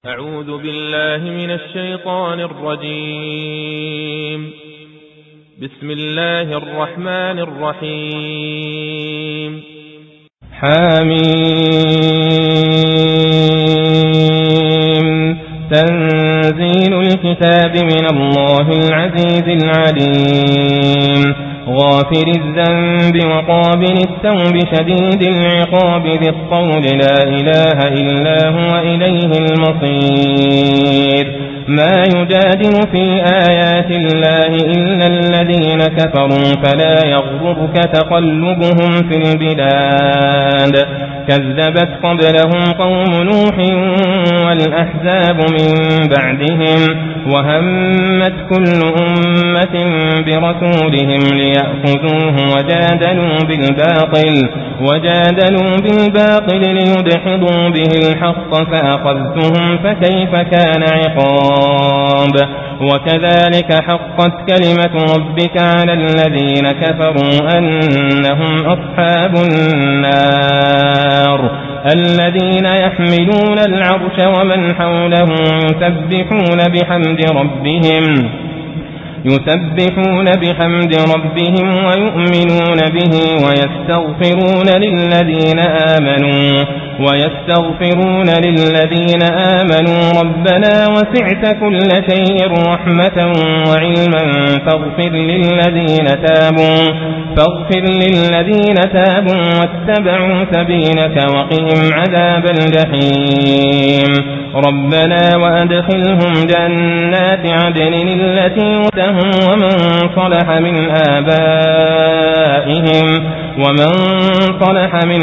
أعوذ بالله من الشيطان الرجيم. بسم الله الرحمن الرحيم. حميم. تنزيل الكتاب من الله العزيز العليم. غافر الذنب وقابل التوب شديد العقاب ذي الطول لا إله إلا هو إليه المصير. ما يجادل في آيات الله إلا الذين كفروا فلا يغررك تقلبهم في البلاد. كذبت قبلهم قوم نوح والأحزاب من بعدهم وهمت كل أمة برسولهم ليأخذوه وجادلوا بالباطل ليدحضوا به الحق فأخذتهم فكيف كان عقاب. وكذلك حقت كلمة ربك على الذين كفروا أنهم أصحاب النار. الذين يحملون العرش ومن حوله يسبحون بحمد ربهم ويؤمنون به ويستغفرون للذين آمنوا ربنا وسعت كل شيء رحمة وعلما فاغفر للذين تابوا واتبعوا سبيلك وقهم عذاب الجحيم. ربنا وأدخلهم جنات عدن التي وعدتهم ومن صلح من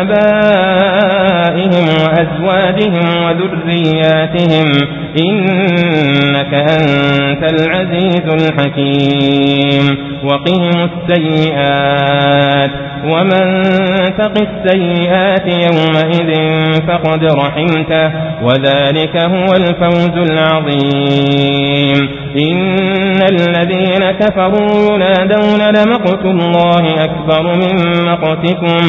آبائهم وأزواجهم وذرياتهم إنك أنت العزيز الحكيم. وقهم السيئات ومن تق السيئات يومئذ فقد رحمته وذلك هو الفوز العظيم. إن الذين كفروا ينادون لمقت الله أكبر من مقتكم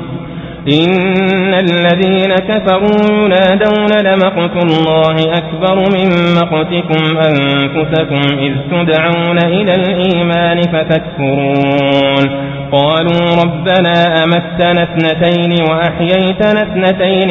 أنفسكم إذ تدعون إلى الإيمان فتكفرون. قالوا ربنا أمتنا اثنتين وأحييتنا اثنتين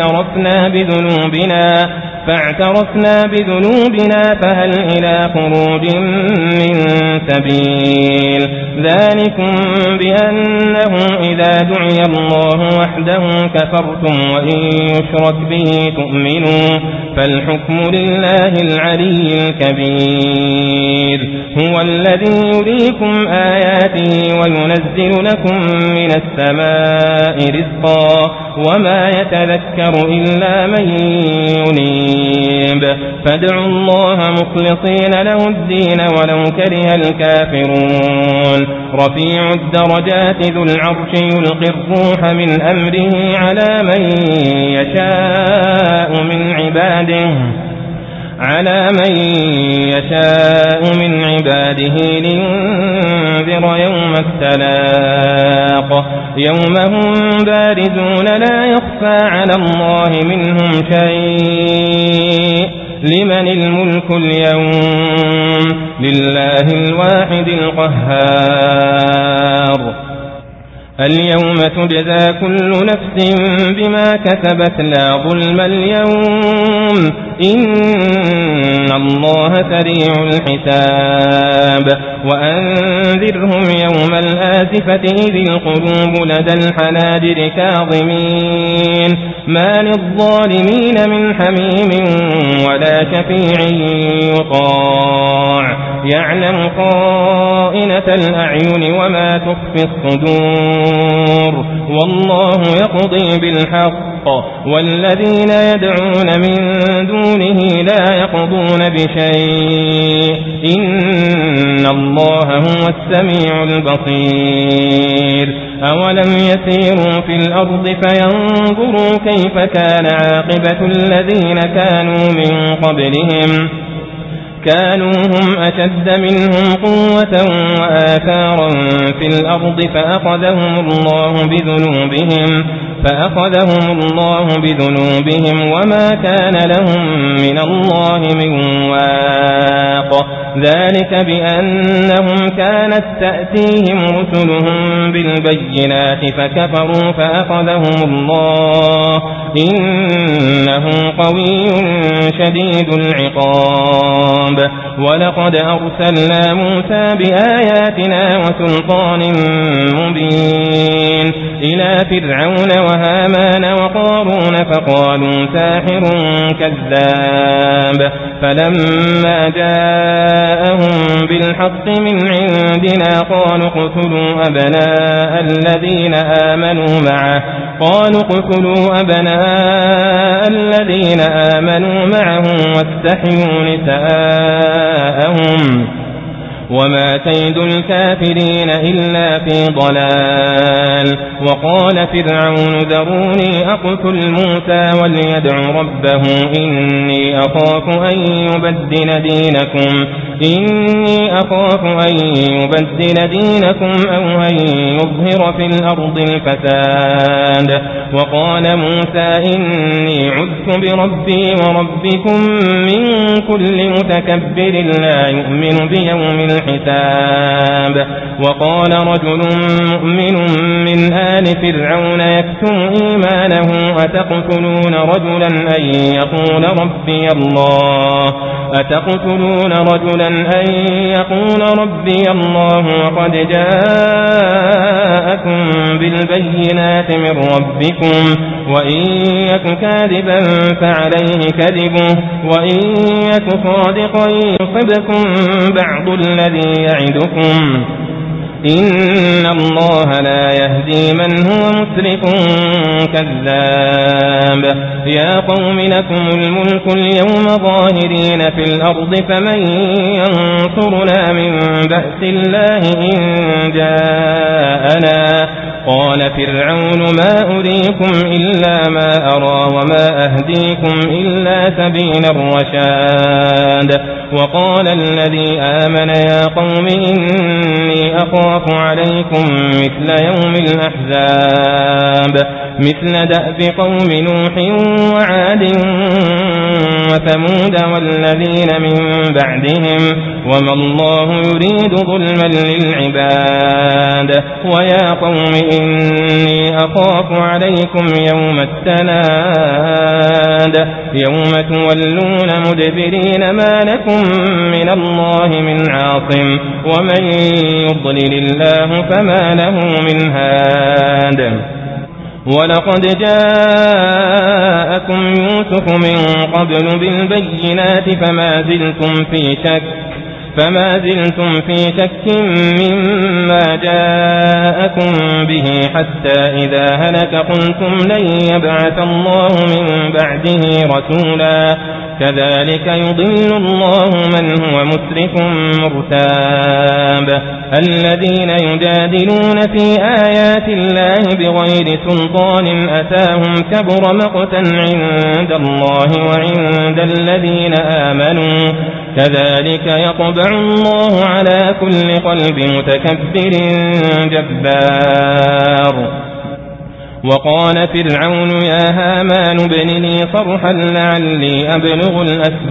فاعترفنا بذنوبنا فهل إلى خروج من سبيل. ذلكم بأنه إذا دعي الله وحده كفرتم وإن يشرك به تؤمنوا فالحكم لله العلي الكبير. هو الذي يريكم آياته وينزل لكم من السماء رزقا وما يتذكر إلا من ينيب. فادعوا الله مخلصين له الدين ولو كره الكافرون. رفيع الدرجات ذو العرش يلقي الروح من أمره على من يشاء من عباده لينذر يوم التلاق. يوم هم بارزون لا يخفى على الله منهم شيء. لمن الملك اليوم؟ لله الواحد القهار. اليوم تجزى كل نفس بما كسبت لا ظلم اليوم إن الله سريع الحساب. وأنذرهم يوم الآزفة إذ القلوب لدى الحناجر كاظمين ما للظالمين من حميم ولا شفيع يطاع. يعلم خائنة الأعين وما تخفي الصدور والله يقضي بالحق والذين يدعون من دونه لا يقضون بشيء إن الله هو السميع البصير. أولم يسيروا في الأرض فينظروا كيف كان عاقبة الذين كانوا من قبلهم كانوا هم أشد منهم قوة وآثارا في الأرض فأخذهم الله بذنوبهم فأخذهم الله بذنوبهم وما كان لهم من الله من واق. ذلك بأنهم كانت تأتيهم رسلهم بالبينات فكفروا فأخذهم الله إنه قوي شديد العقاب. ولقد أرسلنا موسى بآياتنا وسلطان مبين إلى فرعون وهامان وقارون فقالوا ساحر كذاب. فلما جاءهم بالحق من عندنا قالوا اقتلوا أبناء الذين آمنوا معه واستحيوا نساءهم وما كيد الكافرين إلا في ضلال. وقال فرعون ذروني أقتل موسى وليدع ربه إني أخاف أن يبدل دينكم أو أن يظهر في الأرض الفساد. وقال موسى إني عذت بربي وربكم من كل متكبر لا يؤمن بيوم الحساب. وقال رجل مؤمن من آل فرعون يكتم إيمانه أتقتلون رجلا أن يقول ربي الله وقد جاءكم بالبينات من ربكم وإن يك كاذبا فعليه كذبه وإن يك صادقا يصبكم بعض الذي يعدكم إن الله لا يهدي من هو مسرف كذاب. يا قوم لكم الملك اليوم ظاهرين في الأرض فمن ينصرنا من بأس الله إن جاءنا. قال فرعون ما أريكم إلا ما أرى وما أهديكم إلا سبيل الرشاد. وقال الذي آمن يا قوم إني أخاف عليكم مثل يوم الأحزاب مثل دأب قوم نوح وعاد وثمود والذين من بعدهم وما الله يريد ظلما للعباد. ويا قوم إني أخاف عليكم يوم التناد يوم تولون مدبرين ما لكم من الله من عاصم ومن يضلل الله فما له من هاد. ولقد جاءكم يوسف من قبل بالبينات فما زلتم في شك مما جاءكم به حتى إذا هلك قلتم لن يبعث الله من بعده رسولا. كذلك يضل الله من هو مسرف مرتاب. الذين يجادلون في آيات الله بغير سلطان أتاهم كبر مقتا عند الله وعند الذين آمنوا. كذلك يطبع الله على كل قلب متكبر جبار. وقال فرعون يا هامان ابن لي صرحا لعلي أبلغ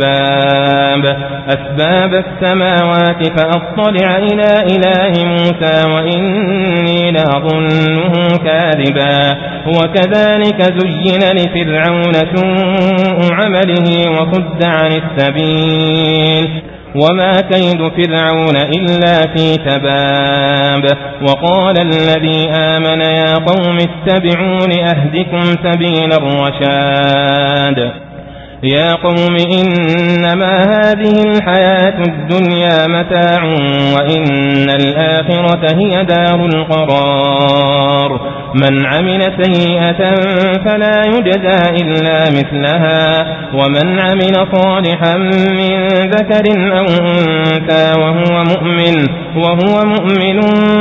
أسباب السماوات فأطلع إلى إله موسى وإني لأظنه كاذبا. وكذلك زين لفرعون سوء عمله وصد عن السبيل وما كيد فرعون إلا في تباب. وقال الذي آمن يا قوم اتبعون أهدكم سبيل الرشاد. يا قوم إنما هذه الحياة الدنيا متاع وإن الآخرة هي دار القرار. من عمل سيئة فلا يجزى إلا مثلها ومن عمل صالحا من ذكر أو أنثى وهو مؤمن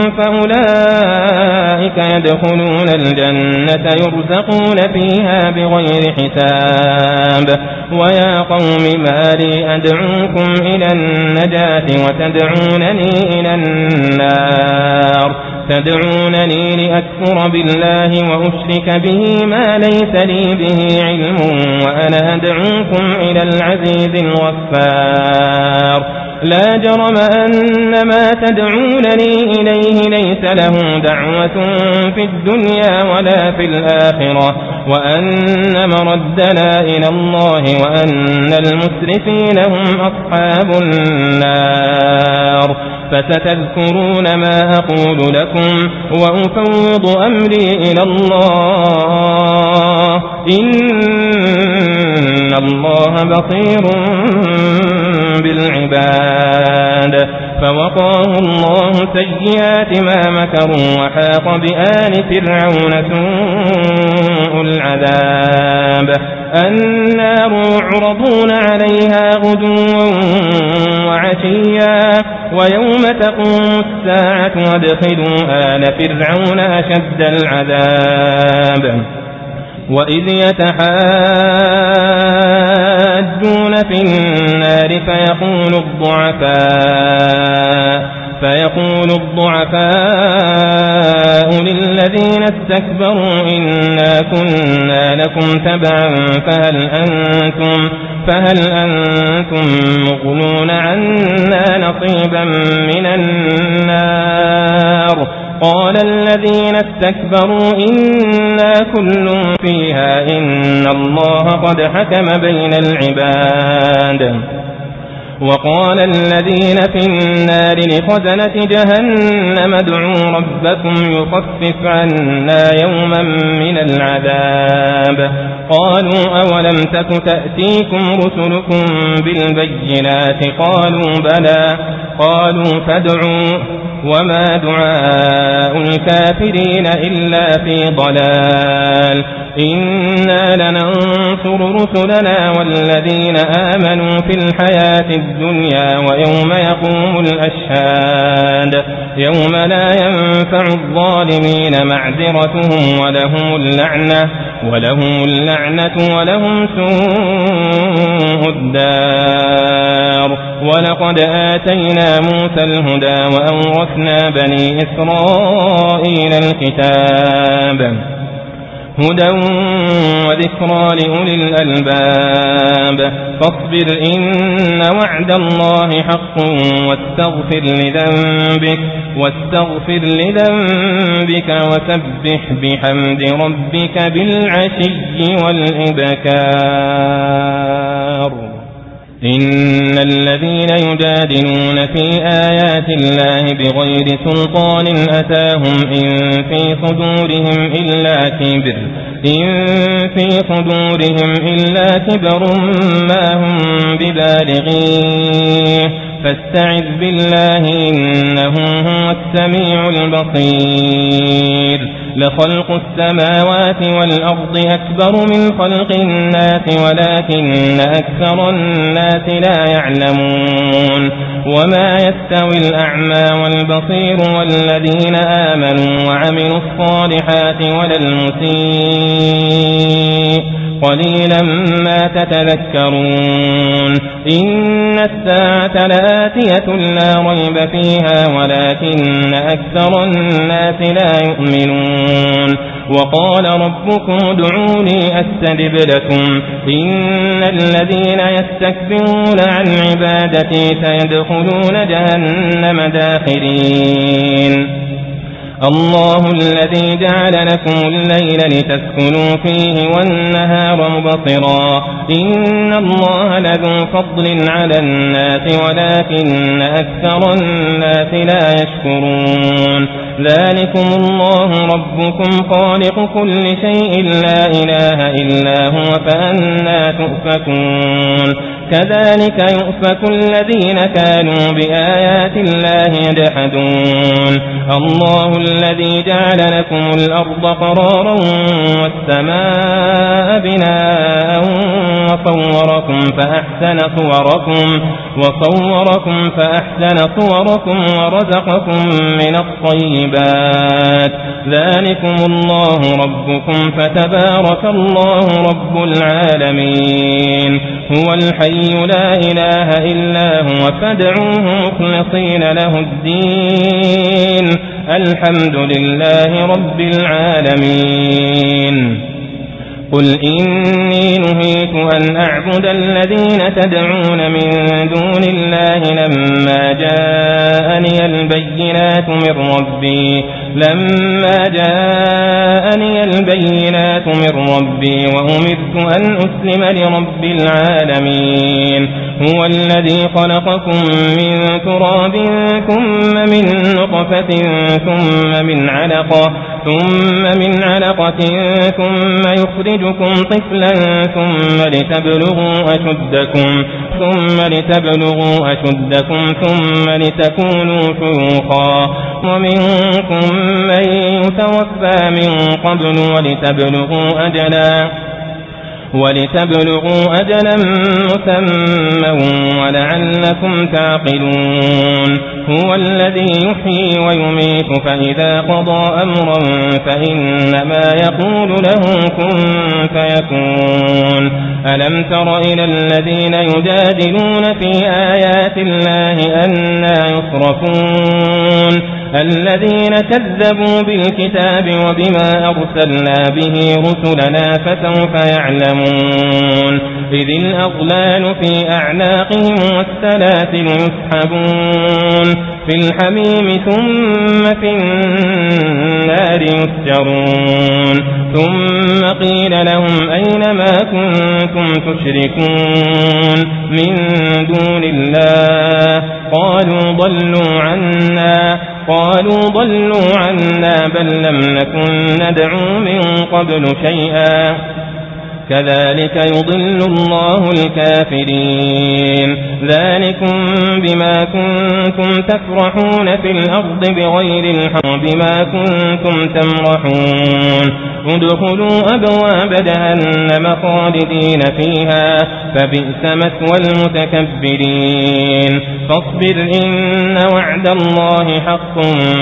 فأولئك يدخلون الجنة يرزقون فيها بغير حساب. ويا قوم ما لي أدعوكم إلى النجاة وتدعونني إلى النار. تدعونني لأكفر بالله وأشرك به ما ليس لي به علم وأنا أدعوكم إلى العزيز الغفار لا جرم أن ما تدعونني إليه ليس له دعوة في الدنيا ولا في الآخرة وأن مردنا إلى الله وأن المسرفين هم أصحاب النار فستذكرون ما أقول لكم وأفوض أمري إلى الله إن الله بصير بالعباد فوقاه الله سيئات ما مكروا وحاق بآل فرعون سوء العذاب النار يعرضون عليها غدوا وعشيا ويوم تقوم الساعة وادخلوا آل فرعون أشد العذاب وإذ يتحاجون في النار فيقول الضعفاء للذين استكبروا إنا كنا لكم تبعا فهل أنتم مغنون عنا نصيبا من النار قال الذين استكبروا إنا كل فيها إن الله قد حكم بين العباد وقال الذين في النار لخزنة جهنم ادعوا ربكم يخفف عنا يوما من العذاب قالوا أولم تك تأتيكم رسلكم بالبينات قالوا بلى قالوا فادعوا وما دعاء الكافرين إلا في ضلال إنا لننصر رسلنا والذين آمنوا في الحياة الدنيا ويوم يقوم الأشهاد يوم لا ينفع الظالمين معذرتهم ولهم اللعنة ولهم سوء الدار ولقد آتينا موسى الهدى وأورثنا بني إسرائيل الكتاب هدى وذكرى لأولي الألباب فاصبر إن وعد الله حق واستغفر لذنبك وسبح بحمد ربك بالعشي والإبكار إن الذين يجادلون في آيات الله بغير سلطان أتاهم إن في صدورهم إلا كبر ما هم ببالغيه فاستعذ بالله إنه هو السميع البصير لخلق السماوات والأرض أكبر من خلق الناس ولكن أكثر الناس لا يعلمون وما يستوي الأعمى والبصير والذين آمنوا وعملوا الصالحات ولا المسيء قليلا ما تتذكرون إن الساعة لآتية لا ريب فيها ولكن أكثر الناس لا يؤمنون وقال ربكم ادعوني أستجب لكم إن الذين يستكبرون عن عبادتي سيدخلون جهنم داخرين الله الذي جعل لكم الليل لتسكنوا فيه والنهار مبصرا إن الله لذو فضل على الناس ولكن أكثر الناس لا يشكرون ذلكم الله ربكم خالق كل شيء لا إله إلا هو فأنى تؤفكون كذلك يؤفك الذين كانوا بآيات الله يجحدون الله الذي جعل لكم الأرض قرارا والسماء بناء وصوركم فأحسن صوركم ورزقكم من الطيبات ذلكم الله ربكم فتبارك الله رب العالمين هو الحي لا إله إلا هو فادعوه مخلصين له الدين الحمد لله رب العالمين. قل إني نهيت أن أعبد الذين تدعون من دون الله لما جاءني البينات من ربي وأمرت أن أسلم لرب العالمين. هو الذي خلقكم من تراب ثم من نطفة ثم من علقة ثم يخرجكم طفلا ثم لتبلغوا أشدكم ثم لتكونوا شيوخا ومنكم من يتوفى من قبل ولتبلغوا أجلا مسمى ولعلكم تعقلون. هو الذي يحيي ويميت فإذا قضى أمرا فإنما يقول له كن فيكون. ألم تر إلى الذين يجادلون في آيات الله أنى يصرفون الذين كذبوا بالكتاب وبما أرسلنا به رسلنا فسوف يعلمون. إذ الأغلال في أعناقهم والسلاسل يسحبون في الحميم ثم في النار يسجرون. ثم قيل لهم أين ما كنتم تشركون من دون الله قالوا ضلوا عنا بل لم نكن ندعو من قبل شيئا كذلك يضل الله الكافرين. ذلكم بما كنتم تفرحون في الأرض بغير الحق بما كنتم تمرحون. ادخلوا أبواب جهنم خالدين فيها فبئس مثوى المتكبرين. فاصبر إن وعد الله حق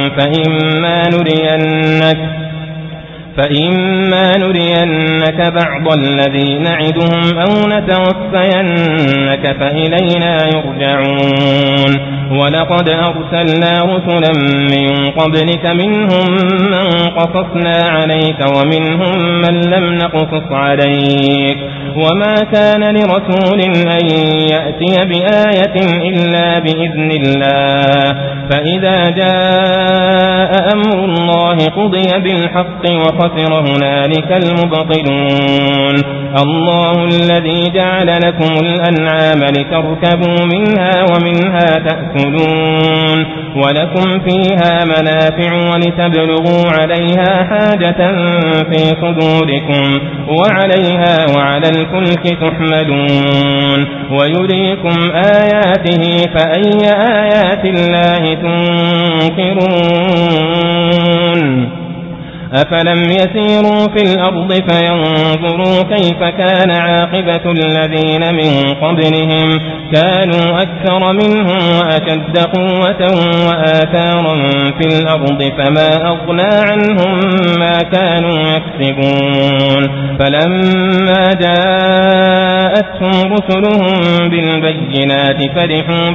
فإما نرينك بعض الذي نعدهم أو نتوفينك فإلينا يرجعون. ولقد أرسلنا رسلا من قبلك منهم من قصصنا عليك ومنهم من لم نقصص عليك وما كان لرسول أن يأتي بآية إلا بإذن الله. فإذا جاء أمر الله قضي بالحق وخسر هنالك المبطلون. الله الذي جعل لكم الأنعام لتركبوا منها ومنها تأكلون ولكم فيها منافع ولتبلغوا عليها حاجة في صدوركم وعليها وعلى الفلك تحملون ويريكم آياته فأي آيات الله تنكرون. أفلم يسيروا في الأرض فينظروا كيف كان عاقبة الذين من قبلهم كانوا أكثر منهم وأشد قوة وآثارا في الأرض فما أغنى عنهم ما كانوا يكسبون. فلما جاءتهم رسلهم بالبينات فرحوا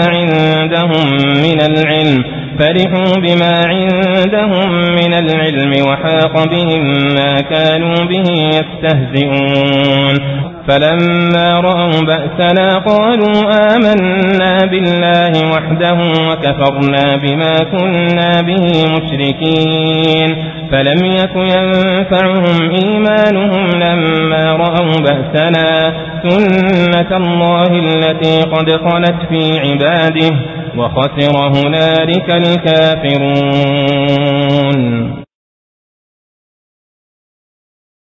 بما عندهم من العلم وحاق بهم ما كانوا به يستهزئون. فلما رأوا بأسنا قالوا آمنا بالله وحده وكفرنا بما كنا به مشركين. فلم يك ينفعهم إيمانهم لما رأوا بأسنا سنة الله التي قد خلت في عباده وخسر هنالك الكافرون.